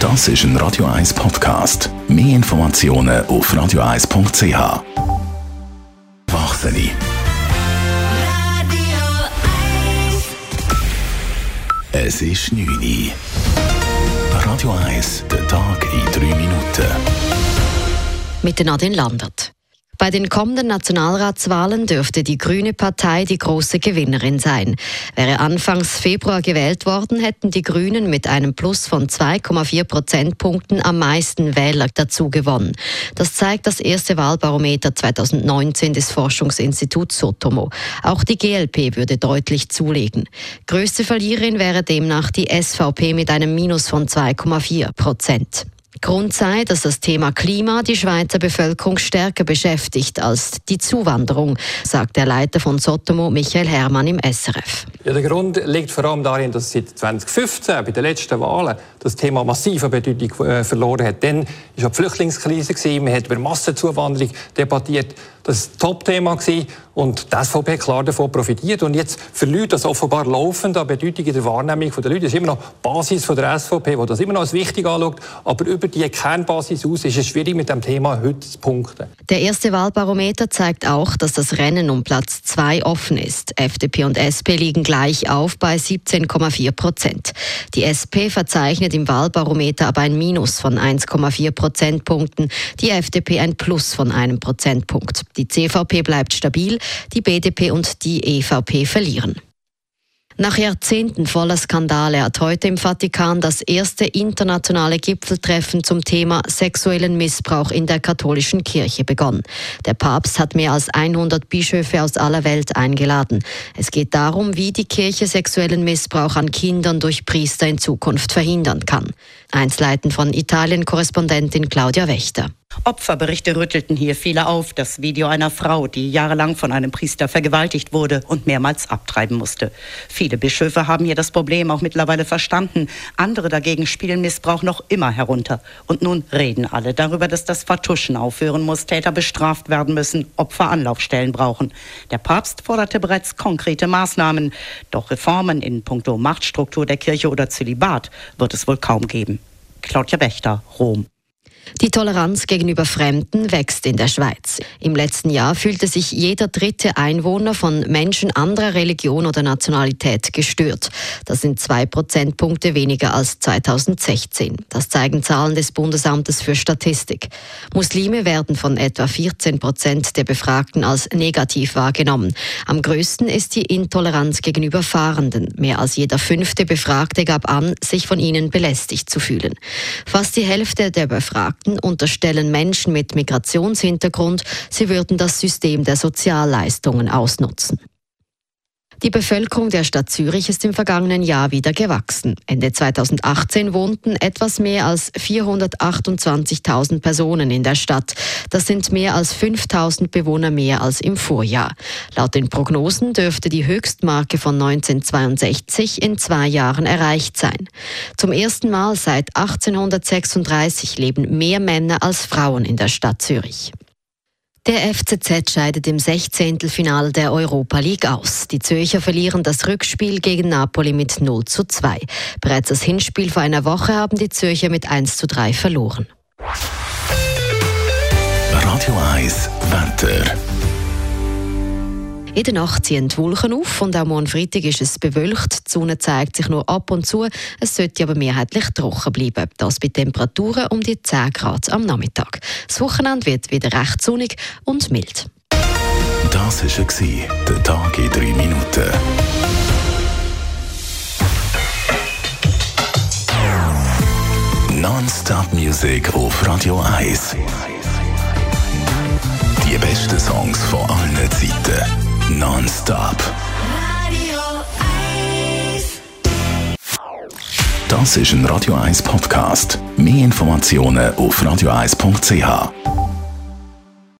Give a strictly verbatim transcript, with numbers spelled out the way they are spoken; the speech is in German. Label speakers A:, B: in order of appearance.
A: Das ist ein Radio eins Podcast. Mehr Informationen auf radio eins punkt c h. Wachsene. Es ist neun Uhr. Radio eins, der Tag in drei Minuten.
B: Mit Nadine Landert. Bei den kommenden Nationalratswahlen dürfte die Grüne Partei die große Gewinnerin sein. Wäre Anfangs Februar gewählt worden, hätten die Grünen mit einem Plus von zwei Komma vier Prozentpunkten am meisten Wähler dazu gewonnen. Das zeigt das erste Wahlbarometer zweitausendneunzehn des Forschungsinstituts Sotomo. Auch die G L P würde deutlich zulegen. Größte Verliererin wäre demnach die S V P mit einem Minus von zwei Komma vier Prozent. Grund sei, dass das Thema Klima die Schweizer Bevölkerung stärker beschäftigt als die Zuwanderung, sagt der Leiter von Sotomo, Michael Herrmann, im S R F.
C: Ja, der Grund liegt vor allem darin, dass seit zweitausendfünfzehn bei den letzten Wahlen das Thema massiv an Bedeutung äh, verloren hat. Dann war ja die Flüchtlingskrise gewesen, man hat über Massenzuwanderung debattiert. Das war das Top-Thema und die S V P hat klar davon profitiert. Und jetzt verliert das offenbar laufend an Bedeutung in der Wahrnehmung der Leute. Das ist immer noch die Basis der S V P, die das immer noch als wichtig anschaut. Aber über die Kernbasis aus ist es schwierig, mit dem Thema heute zu punkten.
B: Der erste Wahlbarometer zeigt auch, dass das Rennen um Platz zwei offen ist. F D P und S P liegen gleich auf bei siebzehn Komma vier Prozent. Die S P verzeichnet im Wahlbarometer aber ein Minus von eins Komma vier Prozentpunkten, die F D P ein Plus von einem Prozentpunkt. Die C V P bleibt stabil, die B D P und die E V P verlieren. Nach Jahrzehnten voller Skandale hat heute im Vatikan das erste internationale Gipfeltreffen zum Thema sexuellen Missbrauch in der katholischen Kirche begonnen. Der Papst hat mehr als hundert Bischöfe aus aller Welt eingeladen. Es geht darum, wie die Kirche sexuellen Missbrauch an Kindern durch Priester in Zukunft verhindern kann. Einzelheiten von Italien-Korrespondentin Claudia Wächter.
D: Opferberichte rüttelten hier viele auf. Das Video einer Frau, die jahrelang von einem Priester vergewaltigt wurde und mehrmals abtreiben musste. Viele Bischöfe haben hier das Problem auch mittlerweile verstanden. Andere dagegen spielen Missbrauch noch immer herunter. Und nun reden alle darüber, dass das Vertuschen aufhören muss, Täter bestraft werden müssen, Opfer Anlaufstellen brauchen. Der Papst forderte bereits konkrete Maßnahmen. Doch Reformen in puncto Machtstruktur der Kirche oder Zölibat wird es wohl kaum geben. Claudia Wächter, Rom.
B: Die Toleranz gegenüber Fremden wächst in der Schweiz. Im letzten Jahr fühlte sich jeder dritte Einwohner von Menschen anderer Religion oder Nationalität gestört. Das sind zwei Prozentpunkte weniger als zweitausendsechzehn. Das zeigen Zahlen des Bundesamtes für Statistik. Muslime werden von etwa vierzehn Prozent der Befragten als negativ wahrgenommen. Am größten ist die Intoleranz gegenüber Fahrenden. Mehr als jeder fünfte Befragte gab an, sich von ihnen belästigt zu fühlen. Fast die Hälfte der Befragten unterstellen Menschen mit Migrationshintergrund, sie würden das System der Sozialleistungen ausnutzen. Die Bevölkerung der Stadt Zürich ist im vergangenen Jahr wieder gewachsen. Ende zweitausendachtzehn wohnten etwas mehr als vierhundertachtundzwanzigtausend Personen in der Stadt. Das sind mehr als fünftausend Bewohner mehr als im Vorjahr. Laut den Prognosen dürfte die Höchstmarke von neunzehnhundertzweiundsechzig in zwei Jahren erreicht sein. Zum ersten Mal seit achtzehnhundertsechsunddreißig leben mehr Männer als Frauen in der Stadt Zürich. Der F C Z scheidet im Sechzehntelfinale der Europa League aus. Die Zürcher verlieren das Rückspiel gegen Napoli mit null zu zwei. Bereits das Hinspiel vor einer Woche haben die Zürcher mit eins zu drei verloren.
A: Radio eins Wetter.
B: In der Nacht ziehen die Wolken auf und auch morgen Freitag ist es bewölkt. Die Sonne zeigt sich nur ab und zu. Es sollte aber mehrheitlich trocken bleiben. Das bei Temperaturen um die zehn Grad am Nachmittag. Das Wochenende wird wieder recht sonnig und mild.
A: Das war der Tag in drei Minuten. Non-Stop-Musik auf Radio eins. Die besten Songs von allen Zeiten. Non-Stop.
E: Radio eins.
A: Das ist ein Radio eins Podcast. Mehr Informationen auf radio eins punkt c h.